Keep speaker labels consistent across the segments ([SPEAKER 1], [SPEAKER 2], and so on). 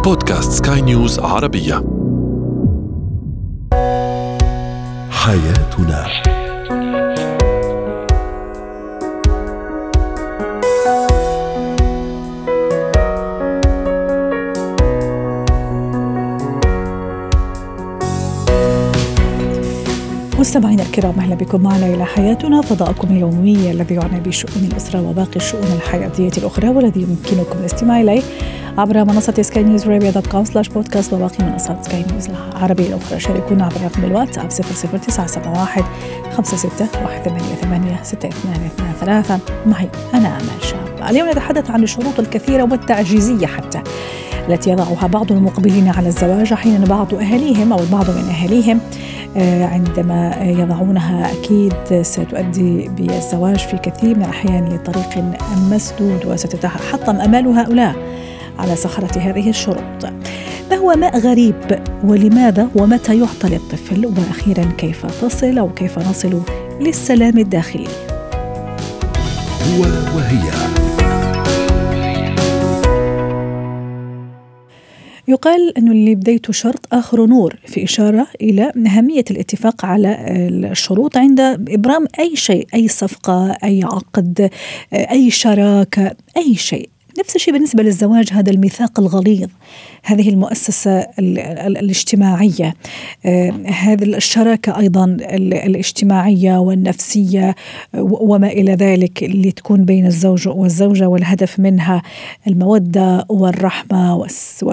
[SPEAKER 1] بودكاست سكاي نيوز عربية. حياتنا.
[SPEAKER 2] مستمعينا الكرام، أهلا بكم معنا إلى حياتنا، فضاؤكم اليومي الذي يعنى بشؤون الأسرة وباقي الشؤون الحياتية الأخرى، والذي يمكنكم الاستماع إليه عبر منصة skynewsarabia.com/podcast وباقي منصات سكاي نيوز العربية الأخرى. شاركونا عبر رقم الواتساب 00971 561 6223. معي أنا آمال شاب. اليوم نتحدث عن الشروط الكثيرة والتعجيزية حتى التي يضعها بعض المقبلين على الزواج، أحيانا بعض أهاليهم أو البعض من أهاليهم عندما يضعونها أكيد ستؤدي بالزواج في كثير من الأحيان لطريق مسدود، وستتحطم أمال هؤلاء على صخرة هذه الشروط. ما هو ماء غريب، ولماذا ومتى يعطى للطفل، وأخيرا كيف تصل أو كيف نصل للسلام الداخلي؟
[SPEAKER 1] هو وهي.
[SPEAKER 2] يقال أنه اللي بدايته شرط آخر نور، في إشارة إلى أهمية الاتفاق على الشروط عند إبرام أي شيء، أي صفقة، أي عقد، أي شراكة، أي شيء. نفس الشيء بالنسبة للزواج، هذا الميثاق الغليظ، هذه المؤسسة الاجتماعية، هذه الشراكة أيضا الاجتماعية والنفسية وما إلى ذلك، اللي تكون بين الزوج والزوجة، والهدف منها المودة والرحمة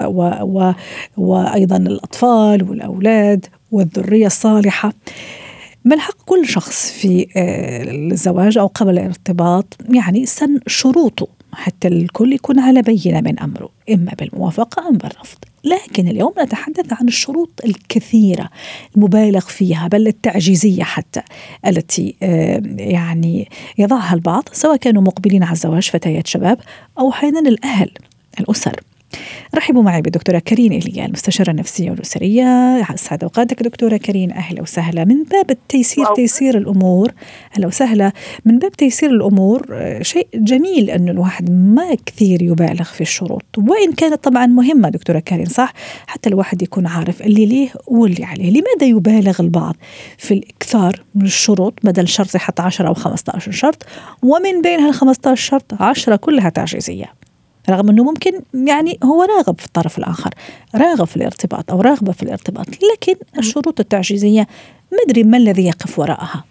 [SPEAKER 2] وأيضا الأطفال والأولاد والذرية الصالحة. من حق كل شخص في الزواج أو قبل الارتباط يعني سن شروطه حتى الكل يكون على بينة من أمره، إما بالموافقة أم بالرفض. لكن اليوم نتحدث عن الشروط الكثيرة المبالغ فيها، بل التعجيزية حتى، التي يعني يضعها البعض، سواء كانوا مقبلين على الزواج فتيات شباب أو أحيانا الأهل الأسر. رحبوا معي بدكتورة كريم إيليا، المستشارة النفسية والأسرية. أسعد أوقاتك دكتورة كريم، أهلا وسهلا. من باب تيسير الأمور، أهلا وسهلا. من باب تيسير الأمور، شيء جميل أنه الواحد ما كثير يبالغ في الشروط، وإن كانت طبعا مهمة دكتورة كريم، صح، حتى الواحد يكون عارف اللي ليه واللي عليه. لماذا يبالغ البعض في الإكثار من الشروط، بدل شرط حتى 10 أو 15 شرط، ومن بين هال15 شرط 10 كلها تعجيزية، رغم أنه ممكن يعني هو راغب في الطرف الآخر، راغب في الارتباط أو راغبة في الارتباط، لكن الشروط التعجيزية ما أدري ما الذي يقف وراءها.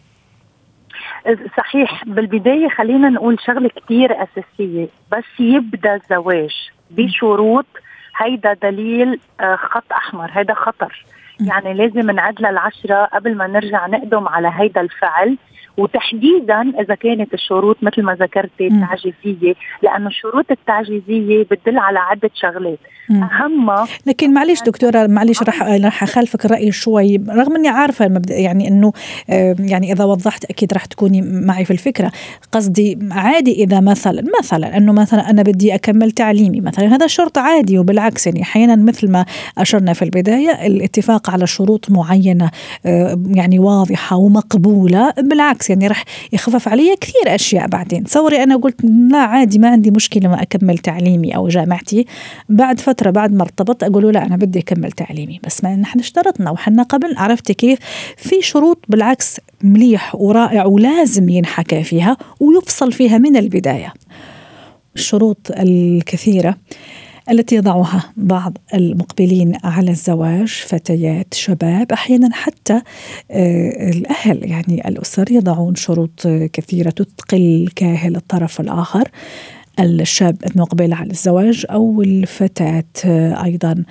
[SPEAKER 3] صحيح. بالبداية خلينا نقول شغلة كتير أساسية، بس يبدأ الزواج بشروط، هيدا دليل خط أحمر، هيدا خطر. يعني لازم نعدل 10 قبل ما نرجع نقدم على هيدا الفعل، وتحديدا إذا كانت الشروط مثل ما ذكرتي تعجيزية، لأن الشروط التعجيزية بتدل على عدة شغلات أهمها.
[SPEAKER 2] لكن معليش دكتورة، معليش رح أخالفك الرأي شوي، رغم أني عارفة يعني أنه يعني إذا وضحت أكيد رح تكوني معي في الفكرة. قصدي عادي إذا مثلا أنه مثلا أنا بدي أكمل تعليمي مثلا، هذا شرط عادي، وبالعكس يعني أحيانا مثل ما أشرنا في البداية الاتفاق على شروط معينة يعني واضحة ومقبولة، بالعكس يعني رح يخفف علي كثير أشياء. بعدين تصوري أنا قلت لا عادي، ما عندي مشكلة ما أكمل تعليمي أو جامعتي، بعد فترة بعد ما ارتبط أقوله لا أنا بدي أكمل تعليمي، بس ما نحن اشترطنا وحنا قبل، عرفتي كيف؟ في شروط بالعكس مليح ورائع ولازم ينحكى فيها ويفصل فيها من البداية. الشروط الكثيرة التي يضعها بعض المقبلين على الزواج، فتيات شباب، أحيانا حتى الأهل يعني الأسر يضعون شروط كثيرة تثقل كاهل الطرف الآخر، الشاب المقبل على الزواج أو الفتاة أيضا.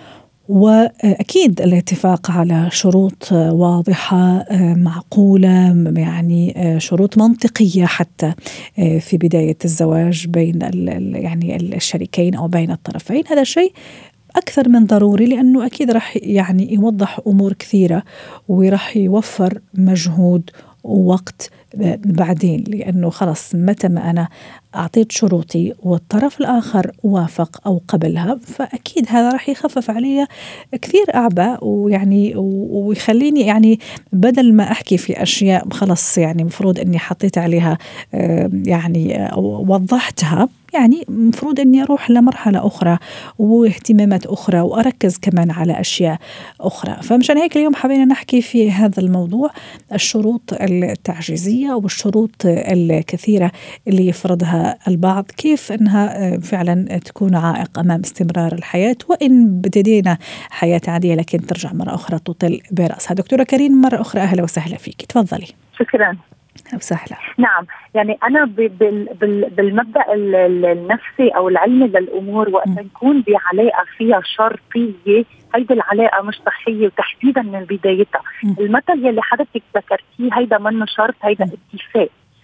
[SPEAKER 2] وأكيد الاتفاق على شروط واضحة معقولة، يعني شروط منطقية حتى في بداية الزواج بين يعني الشريكين أو بين الطرفين، هذا شيء أكثر من ضروري، لأنه أكيد رح يعني يوضح أمور كثيرة ورح يوفر مجهود ووقت بعدين، لأنه خلص متى ما أنا أعطيت شروطي والطرف الآخر وافق أو قبلها، فأكيد هذا راح يخفف علي كثير أعباء، ويعني ويخليني يعني بدل ما أحكي في أشياء خلص يعني مفروض أني حطيت عليها يعني وضحتها، يعني مفروض أني أروح لمرحلة أخرى واهتمامات أخرى وأركز كمان على أشياء أخرى. فمشان هيك اليوم حبينا نحكي في هذا الموضوع، الشروط التعجيزية والشروط الكثيرة اللي يفرضها البعض، كيف أنها فعلا تكون عائق أمام استمرار الحياة، وإن بدينا حياة عادية لكن ترجع مرة أخرى تطل برأسها. دكتورة كريم مرة أخرى أهلا وسهلا فيك، تفضلي.
[SPEAKER 3] شكرا.
[SPEAKER 2] وسهلا.
[SPEAKER 3] نعم، يعني أنا بالمبدأ النفسي أو العلمي للأمور، وقت نكون بعلاقة فيها شرطية، هيدي العلاقة مش صحية، وتحديدا من بدايتها. المثل يلي حضرتك ذكرتيه هيدا منه شرط، هيدا اتفاق.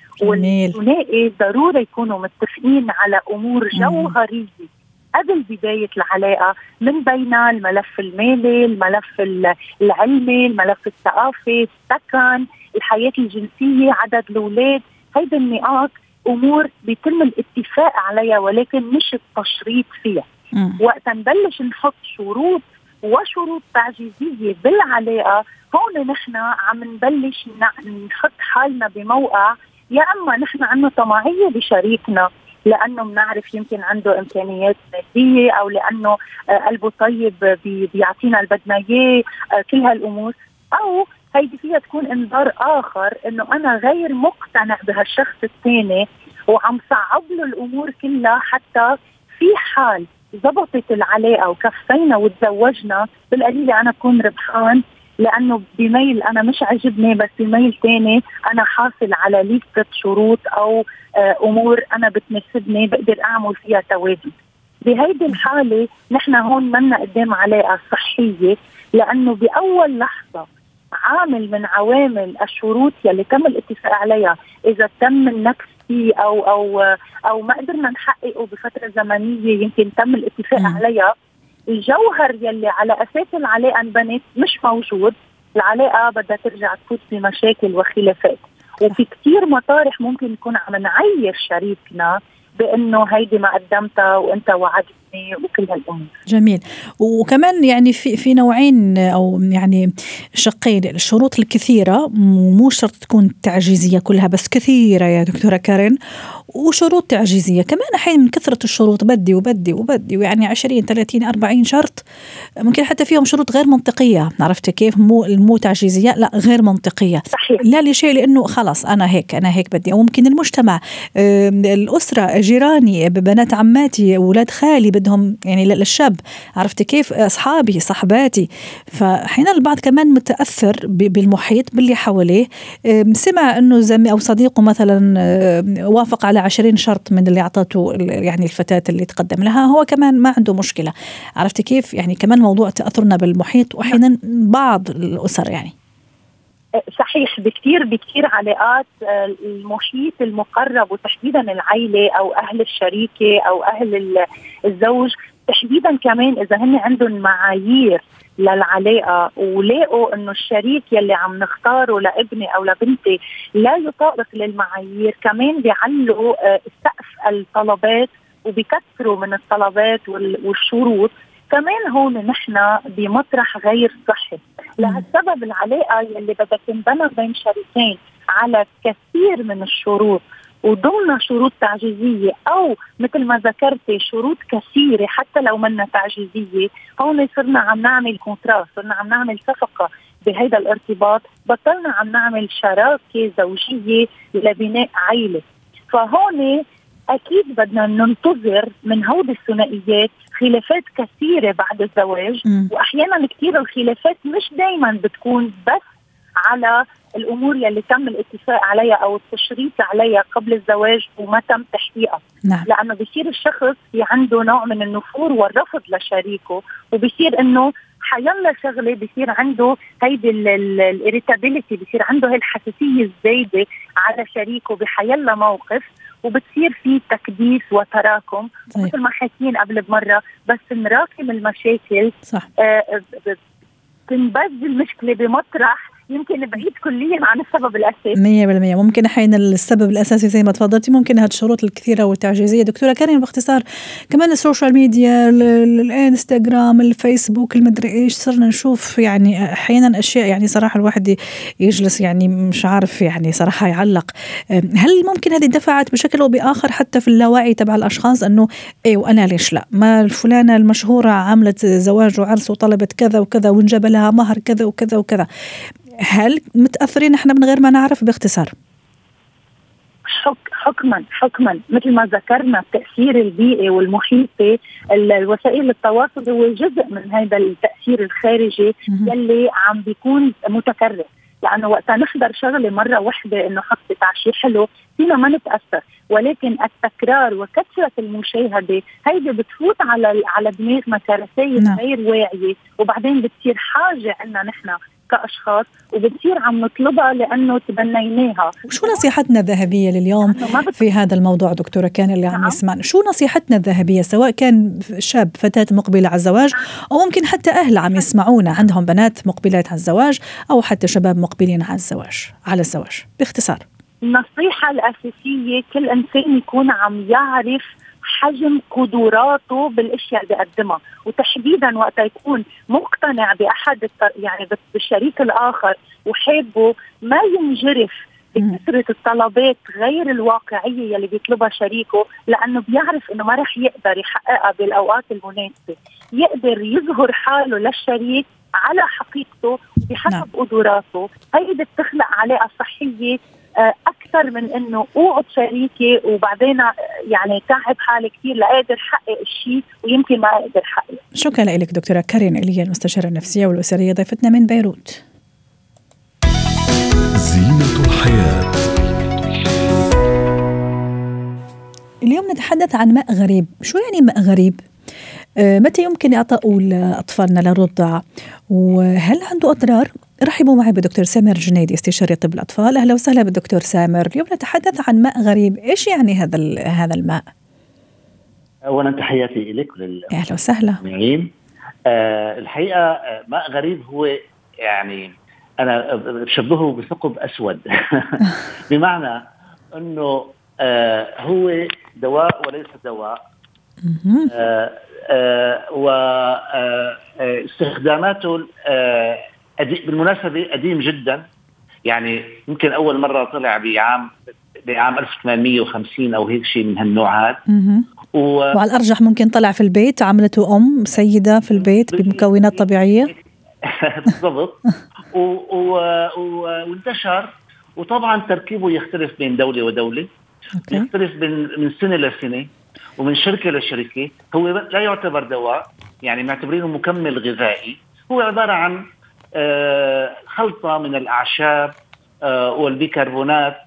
[SPEAKER 3] والثنائي ضروري يكونوا متفقين على أمور جوهرية قبل بداية العلاقة، من بين الملف المالي، الملف العلمي، الملف الثقافي، السكن، الحياة الجنسية، عدد الأولاد. هيدي النقاط أمور بيتم الاتفاق عليها ولكن مش التشريط فيها. وقت نبلش نحط شروط وشروط تعجيزية بالعلاقة، هون نحن عم نبلش نحط حالنا بموقع، يا أما نحن عنا طمعية بشريكنا لأنه بنعرف يمكن عنده إمكانيات مادية، أو لأنه قلبه طيب بيعطينا اللي بدنا إياه، كل هالأمور، أو هيدي فيها تكون انذار آخر إنه أنا غير مقتنع بهالشخص الثاني وعم صعب له الأمور كلها، حتى في حال ضبطت العلاقة وكفينا وتزوجنا بالقليلة أنا أكون ربحان، لأنه بميل أنا مش عجبني، بس بميل تاني أنا حاصل على ليستة شروط أو أمور أنا بتناسبني بقدر أعمل فيها توازن. بهيدي الحالة نحن هون منا قدام علاقة صحية، لأنه بأول لحظة عامل من عوامل الشروط يلي تم الاتفاق عليها إذا تم النكس فيه أو ما قدرنا نحققه بفترة زمنية يمكن تم الاتفاق عليها، الجوهر يلي على أساس العلاقة انبنت مش موجود، العلاقة بدها ترجع تفوت بمشاكل وخلافات. وفي كتير مطارح ممكن نكون عم نعير شريكنا بأنه هيدي ما قدمتها وانت وعدتني وكل هالأمور.
[SPEAKER 2] جميل. وكمان يعني في نوعين أو يعني شقين، الشروط الكثيرة مو شرط تكون تعجيزية كلها بس كثيرة يا دكتورة كارين، وشروط تعجيزية كمان أحيانا من كثرة الشروط بدي ويعني 20 30 40 شرط، ممكن حتى فيهم شروط غير منطقية، عرفت كيف؟ مو تعجيزية، لا غير منطقية.
[SPEAKER 3] صحيح.
[SPEAKER 2] لا لشيء، لأنه خلاص أنا هيك بدي، أو ممكن المجتمع، الأسرة، جيراني، بنات عماتي، أولاد خالي بدهم يعني للشاب، عرفت كيف؟ أصحابي، صحباتي. فحين البعض كمان متأثر بالمحيط باللي حواليه، سمع أنه زميل أو صديقه مثلا وافق على 20 شرط من اللي أعطته يعني الفتاة اللي تقدم لها، هو كمان ما عنده مشكلة، عرفت كيف؟ يعني كمان موضوع تأثرنا بالمحيط، وأحيانا بعض الأسر يعني
[SPEAKER 3] صحيح بكتير علاقات المحيط المقرب، وتحديدا العائلة أو أهل الشريكة أو أهل الزوج تحديدا، كمان إذا هن عندهم معايير للعلاقة ولاقوا إنه الشريك يلي عم نختاره لابني أو لبنتي لا يطابق للمعايير، كمان بيعلوا سقف الطلبات وبيكثروا من الطلبات والشروط. كمان هون نحن بمطرح غير صحي. لهالسبب العلاقة يلي بدها تنبنى بين شريكين على كثير من الشروط وضمن شروط تعجيزية، أو مثل ما ذكرتي شروط كثيرة حتى لو منا تعجيزية، هون صرنا عم نعمل كونترا، صرنا عم نعمل صفقة بهيدا الارتباط، بطلنا عم نعمل شراكة زوجية لبناء عائلة. فهون أكيد بدنا ننتظر من هودي الثنائيات خلافات كثيرة بعد الزواج، وأحيانا كثير الخلافات مش دايما بتكون بس على الأمور يلي تم الاتفاق عليها أو التشريط عليها قبل الزواج وما تم تحقيقها.
[SPEAKER 2] نعم.
[SPEAKER 3] لأنه بيصير الشخص في عنده نوع من النفور والرفض لشريكه، وبيصير إنه حيلا شغله بيصير عنده هيدي الإيريتابيليتي، بيصير عنده هاي الحساسية الزايدة على شريكه بحيلا موقف، وبتصير في تكديس وتراكم. مثل ما حكينا قبل بمرة، بس نراكم المشاكل،
[SPEAKER 2] صح.
[SPEAKER 3] تنبذ المشكلة بمطرح يمكن بعيد كليا عن السبب الأساسي.
[SPEAKER 2] 100% ممكن أحيانا السبب الأساسي زي ما تفضلتي، ممكن هذه الشروط الكثيرة والتعجيزية. دكتورة كريم باختصار كمان السوشيال ميديا، الانستغرام، الفيسبوك، المدري إيش، صرنا نشوف يعني أحيانا أشياء يعني صراحة الواحد يجلس يعني مش عارف يعني صراحة يعلق. هل ممكن هذه دفعت بشكل أو بآخر حتى في اللاوعي تبع الأشخاص أنه إيه وأنا ليش لا، ما الفلانة المشهورة عملت زواج وعرس وطلبت كذا وكذا وانجب لها مهر كذا وكذا وكذا، هل متأثرين احنا من غير ما نعرف؟ باختصار
[SPEAKER 3] حكما مثل ما ذكرنا التأثير البيئي والمحيطي، الوسائل التواصل هو جزء من هذا التأثير الخارجي يلي عم بيكون متكرر. لأنه وقتا نحضر شغلة مرة واحدة إنه حطت عشي حلو فينا ما نتأثر، ولكن التكرار وكثرة المشاهدة هيدي بتفوت على دماغنا كرسائل غير واعية، وبعدين بتصير حاجة عنا نحن كأشخاص وبتصير عم نطلبها لأنه تبنيناها.
[SPEAKER 2] وشو نصيحتنا الذهبية لليوم في هذا الموضوع دكتورة كان اللي عم يسمعنا؟ شو نصيحتنا الذهبية سواء كان شاب فتاة مقبلة على الزواج، أو ممكن حتى أهل عم يسمعونا عندهم بنات مقبلات على الزواج، أو حتى شباب مقبلين على الزواج باختصار؟
[SPEAKER 3] النصيحة الأساسية كل إنسان يكون عم يعرف حجم قدراته بالاشياء اللي بيقدمها، وتحديدا وقت يكون مقتنع باحد يعني بالشريك الاخر وحابه، ما ينجرف بكثرة الطلبات غير الواقعية يلي بيطلبها شريكه، لأنه بيعرف إنه ما رح يقدر يحققها بالأوقات المناسبة. يقدر يظهر حاله للشريك على حقيقته بحسب قدراته. هيدا بتخلق علاقة صحية أكثر من إنه أوعد شريكي وبعدين يعني تعب حالي كثير لأقدر حقق الشيء ويمكن ما أقدر حقق.
[SPEAKER 2] شكرا لك دكتورة كارين إيليا، المستشارة النفسية والأسرية، ضيفتنا من بيروت.
[SPEAKER 1] زينة الحياة.
[SPEAKER 2] اليوم نتحدث عن ماء غريب. شو يعني ماء غريب؟ متى يمكن إعطائه لأطفالنا للرضع؟ وهل عنده أضرار؟ رحبوا معي بدكتور سامر جنيدي، استشاري طب الأطفال. أهلا وسهلا بالدكتور سامر. اليوم نتحدث عن ماء غريب. إيش يعني هذا الماء؟
[SPEAKER 4] أولا تحياتي إليك
[SPEAKER 2] أهلا وسهلا.
[SPEAKER 4] الحقيقة ماء غريب هو يعني أنا بشبهه بثقب أسود بمعنى أنه هو دواء وليس دواء، واستخداماته بالمناسبة قديم جدا، يعني يمكن أول مرة طلع بعام 1850 أو هيك شيء من هالنوع هذا.
[SPEAKER 2] وعلى الأرجح ممكن طلع في البيت، عملته سيدة في البيت بمكونات طبيعية.
[SPEAKER 4] بالضبط. وانتشر، وطبعا تركيبه يختلف بين دولة ودولة، يختلف من سنة لسنة ومن شركة لشركة. هو لا يعتبر دواء، يعني معتبرينه مكمل غذائي. هو عبارة عن خلطة من الأعشاب والبيكربونات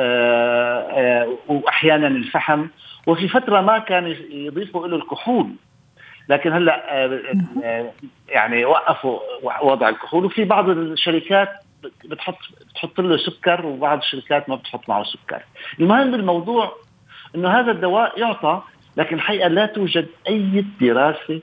[SPEAKER 4] وأحيانا الفحم، وفي فترة ما كان يضيفوا له الكحول، لكن هلأ يعني وقفوا وضع الكحول. وفي بعض الشركات بتحط له سكر، وبعض الشركات ما بتحط معه سكر. المهم بالموضوع إنه هذا الدواء يعطى، لكن الحقيقة لا توجد أي دراسة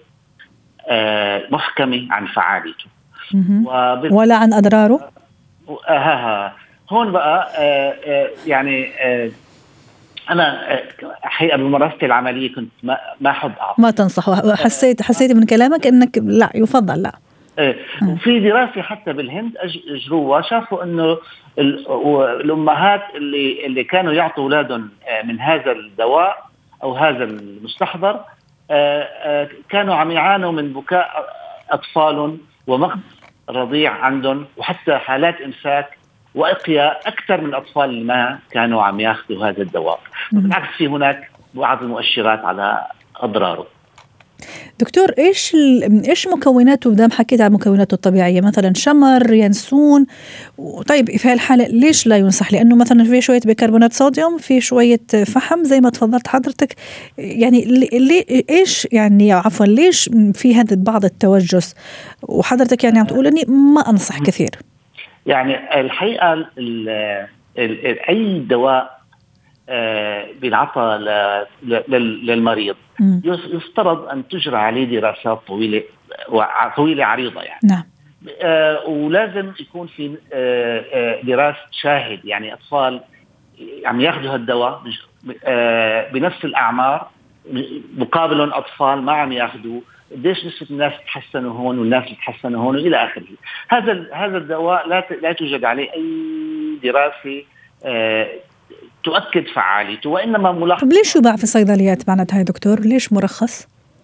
[SPEAKER 4] محكمة عن فعاليته
[SPEAKER 2] ولا عن أضراره.
[SPEAKER 4] هون بقى يعني أنا حقيقة بممارستي العملية كنت ما أحب أعطي.
[SPEAKER 2] ما تنصح؟ حسيت من كلامك إنك لا يفضل لا.
[SPEAKER 4] وفي دراسة حتى بالهند أجروها، شافوا إنه الأمهات اللي كانوا يعطوا أولادهم من هذا الدواء أو هذا المستحضر كانوا عم يعانوا من بكاء أطفالهم ومغص رضيع عندهم، وحتى حالات إمساك وإقياء أكثر من الأطفال اللي ما كانوا عم ياخذوا هذا الدواء. بالعكس في هناك بعض المؤشرات على أضراره.
[SPEAKER 2] دكتور إيش مكوناته؟ دام حكيت عن مكوناته الطبيعية، مثلا شمر، ينسون. طيب في هالحالة ليش لا ينصح؟ لأنه مثلا في شوية بيكربونات صوديوم، في شوية فحم زي ما تفضلت حضرتك. يعني إيش يعني عفوا ليش في هذا بعض التوجس؟ وحضرتك يعني عم تقول إني ما أنصح كثير.
[SPEAKER 4] يعني الحقيقة أي دواء بينعطى للمريض يفترض أن تجرى عليه دراسات طويلة عريضة يعني.
[SPEAKER 2] نعم.
[SPEAKER 4] ولازم يكون في دراسة شاهد، يعني أطفال عم ياخذوا هالدواء بنفس الأعمار مقابل أطفال ما عم ياخذوا، قديش نسبة الناس تحسنوا هون والناس اللي تحسنوا هون إلى آخره. هذا الدواء لا توجد عليه أي دراسة تؤكد فعاليته، وإنما ملاحظة.
[SPEAKER 2] طب ليش يباع في الصيدليات معناتها يا دكتور؟ ليش مرخص؟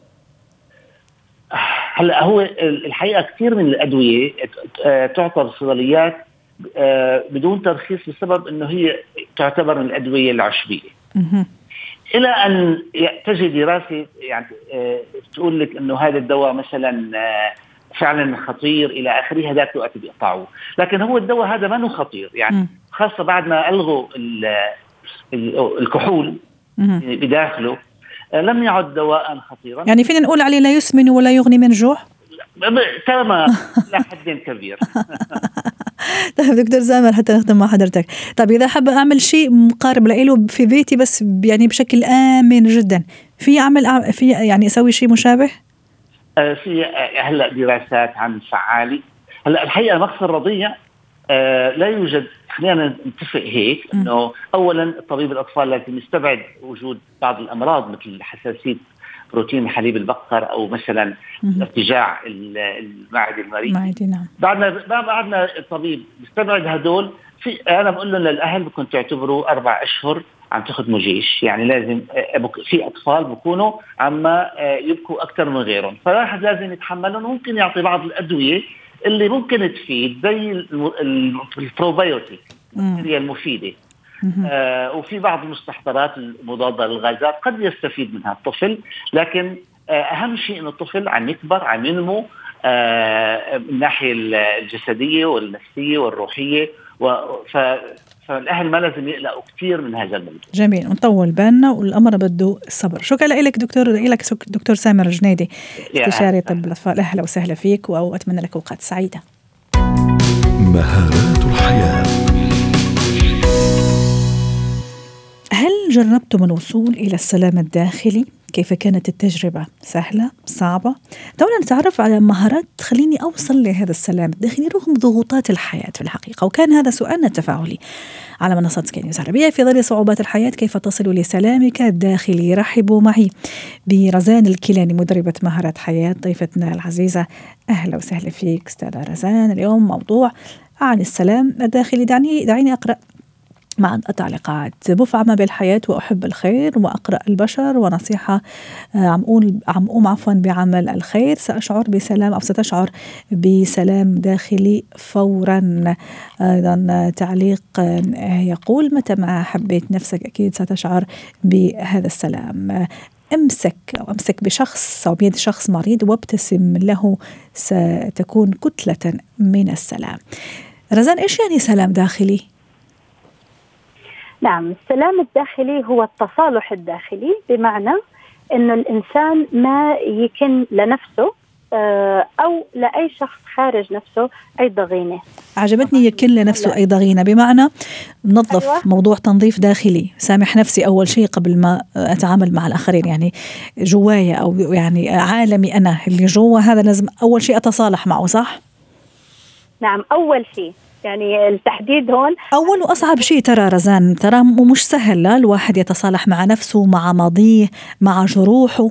[SPEAKER 4] هلا هو الحقيقة كثير من الأدوية تعطى بالصيدليات بدون ترخيص بسبب إنه هي تعتبر من الأدوية العشبية. إلى أن تجي دراسة يعني تقول لك إنه هذا الدواء مثلا فعلا خطير إلى آخره، هذاك الوقت بيقطعوه. لكن هو الدواء هذا ما هو خطير، يعني خاصة بعد ما ألغوا الكحول بداخله لم يعد دواء خطيرا.
[SPEAKER 2] يعني فينا نقول عليه لا يسمن ولا يغني من جوع؟
[SPEAKER 4] تمام لا حد كبير.
[SPEAKER 2] طيب دكتور سامر، حتى نختم مع حضرتك، طيب إذا حابة أعمل شيء مقارب له في بيتي بس يعني بشكل آمن جدا، في يعني أسوي شيء مشابه؟
[SPEAKER 4] في هلا دراسات عن فعالي. هلا الحقيقة مقص الرضيع لا يوجد، خلينا نتفق هيك انه اولا طبيب الاطفال لازم يستبعد وجود بعض الامراض مثل حساسيه بروتين حليب البقر او مثلا ارتجاع المعده المريء.
[SPEAKER 2] نعم.
[SPEAKER 4] بعدنا الطبيب يستبعد هدول. انا بقول لهم للاهل بدكم تعتبروا 4 أشهر عم تاخذوا جيش، يعني لازم في اطفال بكونوا عم يبكوا اكثر من غيرهم، فواحد لازم يتحملهم. ممكن يعطي بعض الادويه اللي ممكن تفيد زي البروبيوتيك هي المفيدة، وفي بعض المستحضرات المضادة للغازات قد يستفيد منها الطفل. لكن أهم شيء أن الطفل عم يكبر، عم ينمو من الناحية الجسدية والنفسية والروحية، فالأهل ما لازم يقلقوا كثير من هذا الموضوع.
[SPEAKER 2] جميل، ونطول بالنا والأمر بده الصبر. شكرا لك دكتور سامر جنيدي، استشاري طب الأطفال. أهلا وسهلا فيك وأتمنى لك أوقات سعيدة.
[SPEAKER 1] مهارات الحياة.
[SPEAKER 2] هل جربتم الوصول إلى السلام الداخلي؟ كيف كانت التجربة؟ سهلة؟ صعبة؟ دعونا نتعرف على مهارات تخليني أوصل لهذا السلام الداخلي رغم ضغوطات الحياة في الحقيقة. وكان هذا سؤالنا التفاعلي على منصة سكاي نيوز عربية. في ظل صعوبات الحياة كيف تصل لسلامك الداخلي؟ رحبوا معي برزان الكيلاني، مدربة مهارات حياة، ضيفتنا العزيزة. أهلا وسهلا فيك أستاذة رزان. اليوم موضوع عن السلام الداخلي. دعيني أقرأ مع التعليقات. بفعم بالحياة وأحب الخير وأقرأ البشر، ونصيحة عم أقوم بعمل الخير سأشعر بسلام أو ستشعر بسلام داخلي فورا. أيضا تعليق يقول متى ما حبيت نفسك أكيد ستشعر بهذا السلام. أمسك بشخص أو بيد شخص مريض وابتسم له ستكون كتلة من السلام. رزان، إيش يعني سلام داخلي؟
[SPEAKER 5] نعم، السلام الداخلي هو التصالح الداخلي، بمعنى أن الإنسان ما يكن لنفسه أو لأي شخص خارج نفسه أي ضغينة.
[SPEAKER 2] عجبتني يكن لنفسه أي ضغينة، بمعنى نظف. أيوة. موضوع تنظيف داخلي، سامح نفسي أول شيء قبل ما أتعامل مع الآخرين، يعني جوايا أو يعني عالمي أنا اللي جوا، هذا لازم أول شيء أتصالح معه، صح؟
[SPEAKER 5] نعم، أول شيء يعني التحديد هون
[SPEAKER 2] أول وأصعب شيء. ترى رزان، ترى مش سهل لا الواحد يتصالح مع نفسه، مع ماضيه، مع جروحه.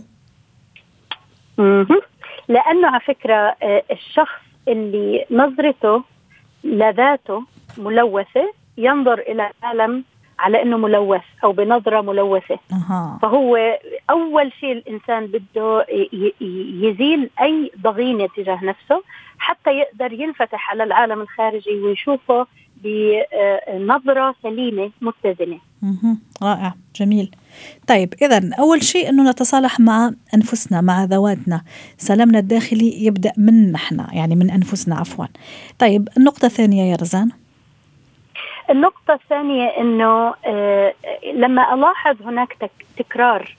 [SPEAKER 5] لأنه على فكرة الشخص اللي نظرته لذاته ملوثة ينظر إلى العالم على أنه ملوث أو بنظرة ملوثة. فهو أول شيء الإنسان بده يزيل أي ضغينة تجاه نفسه حتى يقدر ينفتح على العالم الخارجي ويشوفه بنظرة سليمة متزنة.
[SPEAKER 2] رائع، جميل. طيب إذن أول شيء أنه نتصالح مع أنفسنا، مع ذواتنا. سلامنا الداخلي يبدأ من نحن، يعني من أنفسنا عفوا. طيب النقطة الثانية يا رزان؟
[SPEAKER 5] النقطة الثانية أنه لما ألاحظ هناك تكرار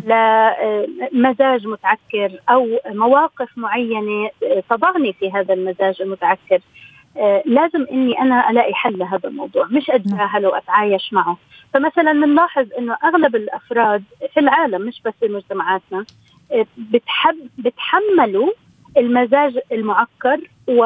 [SPEAKER 5] لمزاج متعكر أو مواقف معينة تضعني في هذا المزاج المتعكر، لازم أني أنا ألاقي حل لهذا الموضوع، مش أتجاهله وأتعايش معه. فمثلا نلاحظ أنه أغلب الأفراد في العالم مش بس في مجتمعاتنا بتحملوا المزاج المعكر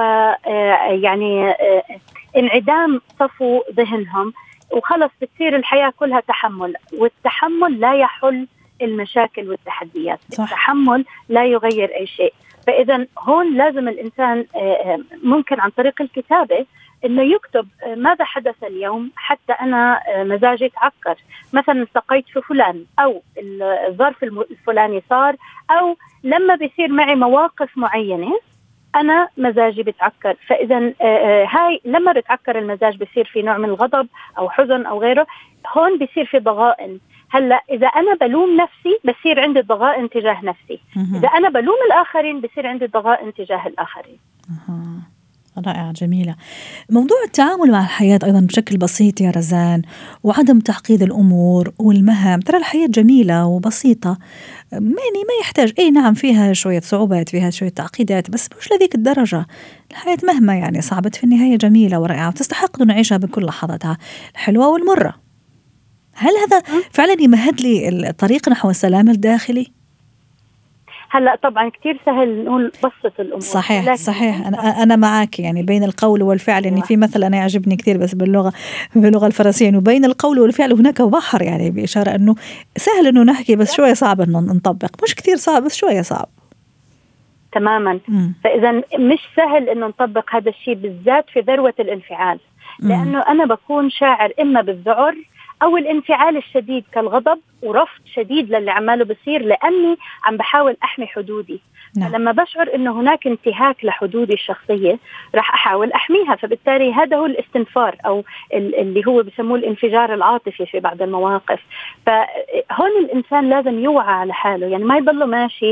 [SPEAKER 5] ويعني انعدام صفو ذهنهم، وخلص بتصير الحياة كلها تحمل، والتحمل لا يحل المشاكل والتحديات. صح. التحمل لا يغير أي شيء. فإذا هون لازم الإنسان ممكن عن طريق الكتابة إنه يكتب ماذا حدث اليوم حتى أنا مزاجي يتعكر، مثلا التقيت في فلان، أو الظرف الفلاني صار، أو لما بيصير معي مواقف معينة أنا مزاجي بتعكر. فإذا هاي لما بتعكر المزاج بيصير في نوع من الغضب أو حزن أو غيره، هون بيصير في ضغائن. هلا إذا أنا بلوم نفسي بصير عندي ضغائن تجاه نفسي، إذا أنا بلوم الآخرين بصير عندي ضغائن تجاه الآخرين.
[SPEAKER 2] رائعة، جميلة. موضوع التعامل مع الحياة أيضا بشكل بسيط يا رزان، وعدم تعقيد الأمور والمهام. ترى الحياة جميلة وبسيطة، يعني ما يحتاج نعم فيها شوية صعوبات، فيها شوية تعقيدات، بس مش لذيك الدرجة. الحياة مهما يعني صعبت في النهاية جميلة ورائعة، وتستحق أن نعيشها بكل لحظاتها الحلوة والمرة. هل هذا فعلا يمهد لي الطريق نحو السلام الداخلي؟
[SPEAKER 5] هلا طبعا كتير سهل نقول بسط الامور.
[SPEAKER 2] صحيح انا معك، يعني بين القول والفعل. يعني في مثل انا يعجبني كثير بس باللغه الفرنسيه، انه بين القول والفعل هناك بحر، يعني باشاره انه سهل انه نحكي بس شويه صعب انه نطبق، مش كثير صعب بس شويه صعب
[SPEAKER 5] تماما. فاذا مش سهل انه نطبق هذا الشيء بالذات في ذروه الانفعال، لانه انا بكون شاعر اما بالذعر أو الانفعال الشديد كالغضب ورفض شديد للي عماله بصير، لأني عم بحاول أحمي حدودي. فلما بشعر إنه هناك انتهاك لحدودي الشخصية راح أحاول أحميها، فبالتالي هذا هو الاستنفار أو اللي هو بسموه الانفجار العاطفي في بعض المواقف. فهون الإنسان لازم يوعى على حاله، يعني ما يضل ماشي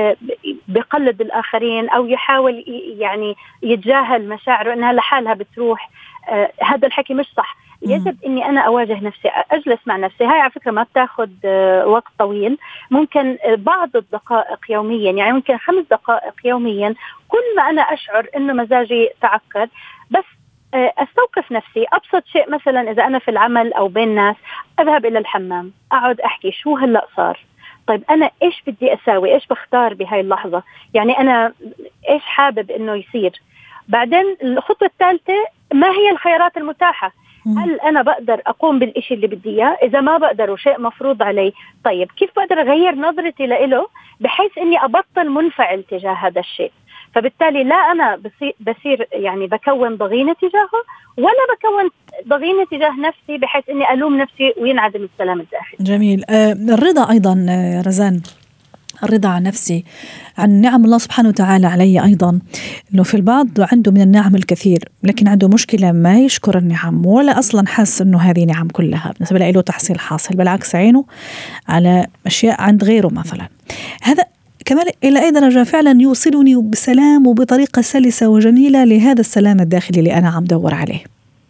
[SPEAKER 5] بقلد الآخرين أو يحاول يعني يتجاهل مشاعره إنها لحالها بتروح. هذا الحكي مش صح. يجب إني أنا أواجه نفسي، أجلس مع نفسي. هاي على فكرة ما بتاخد وقت طويل، ممكن بعض الدقائق يوميا، يعني ممكن 5 دقائق يوميا. كل ما أنا أشعر إنه مزاجي تعكر بس أستوقف نفسي. أبسط شيء مثلا إذا أنا في العمل أو بين ناس، أذهب إلى الحمام، أقعد أحكي شو هلأ صار، طيب أنا إيش بدي أساوي، إيش بختار بهاي اللحظة، يعني أنا إيش حابب إنه يصير. بعدين الخطوة الثالثة، ما هي الخيارات المتاحة؟ هل أنا بقدر أقوم بالإشي اللي بدي إياه؟ إذا ما بقدر وشيء مفروض علي، طيب كيف بقدر أغير نظرتي لإله بحيث إني أبطل منفعل تجاه هذا الشيء؟ فبالتالي لا أنا بصير يعني بكون ضغينة تجاهه، ولا بكون ضغينة تجاه نفسي بحيث إني ألوم نفسي وينعدم السلام الداخلي.
[SPEAKER 2] جميل. الرضا أيضا رزان، الرضا عن نفسي، عن نعم الله سبحانه وتعالى علي أيضا. إنه في البعض عنده من النعم الكثير لكن عنده مشكلة ما يشكر النعم، ولا أصلا حس إنه هذه نعم كلها بالنسبة له تحصيل حاصل، بالعكس عينه على أشياء عند غيره مثلا. هذا كمان إلى أي درجة فعلا يوصلني بسلام وبطريقة سلسة وجميلة لهذا السلام الداخلي اللي أنا عم دور عليه؟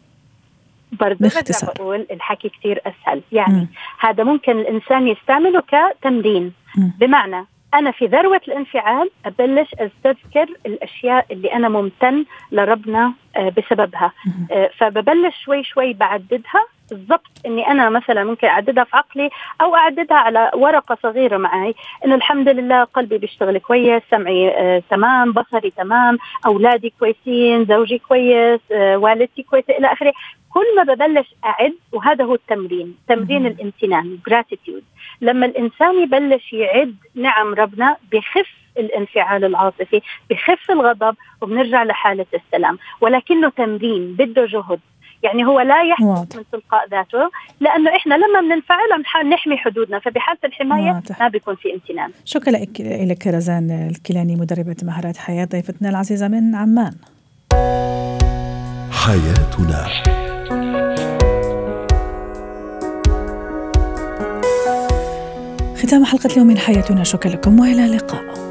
[SPEAKER 5] برضو برجع بقول الحكي كتير أسهل. يعني هذا ممكن الإنسان يستعمله كتمرين. بمعنى أنا في ذروة الانفعال أبلش أستذكر الأشياء اللي أنا ممتن لربنا بسببها، فببلش شوي شوي بعددها بالضبط. إني أنا مثلا ممكن أعددها في عقلي أو أعددها على ورقة صغيرة معي، إنه الحمد لله قلبي بيشتغل كويس، سمعي تمام، بصري تمام، أولادي كويسين، زوجي كويس، والدتي كويسة إلى آخره. كل ما ببلش أعد، وهذا هو التمرين، تمرين الامتنان، gratitude. لما الإنسان يبلش يعد نعم ربنا بخف الانفعال العاطفي، بخف الغضب، وبنرجع لحالة السلام. ولكنه تمرين بده جهد، يعني هو لا يحدث من تلقاء ذاته، لأنه إحنا لما بننفعل بنحاول نحمي حدودنا، فبحالة الحماية ما بيكون في امتنان.
[SPEAKER 2] شكرا لك رزان الكيلاني، مدربة مهارات حياة، ضيفتنا العزيزة من عمان.
[SPEAKER 1] حياتنا.
[SPEAKER 2] ختام حلقة اليوم من حياتنا، شكرا لكم وإلى اللقاء.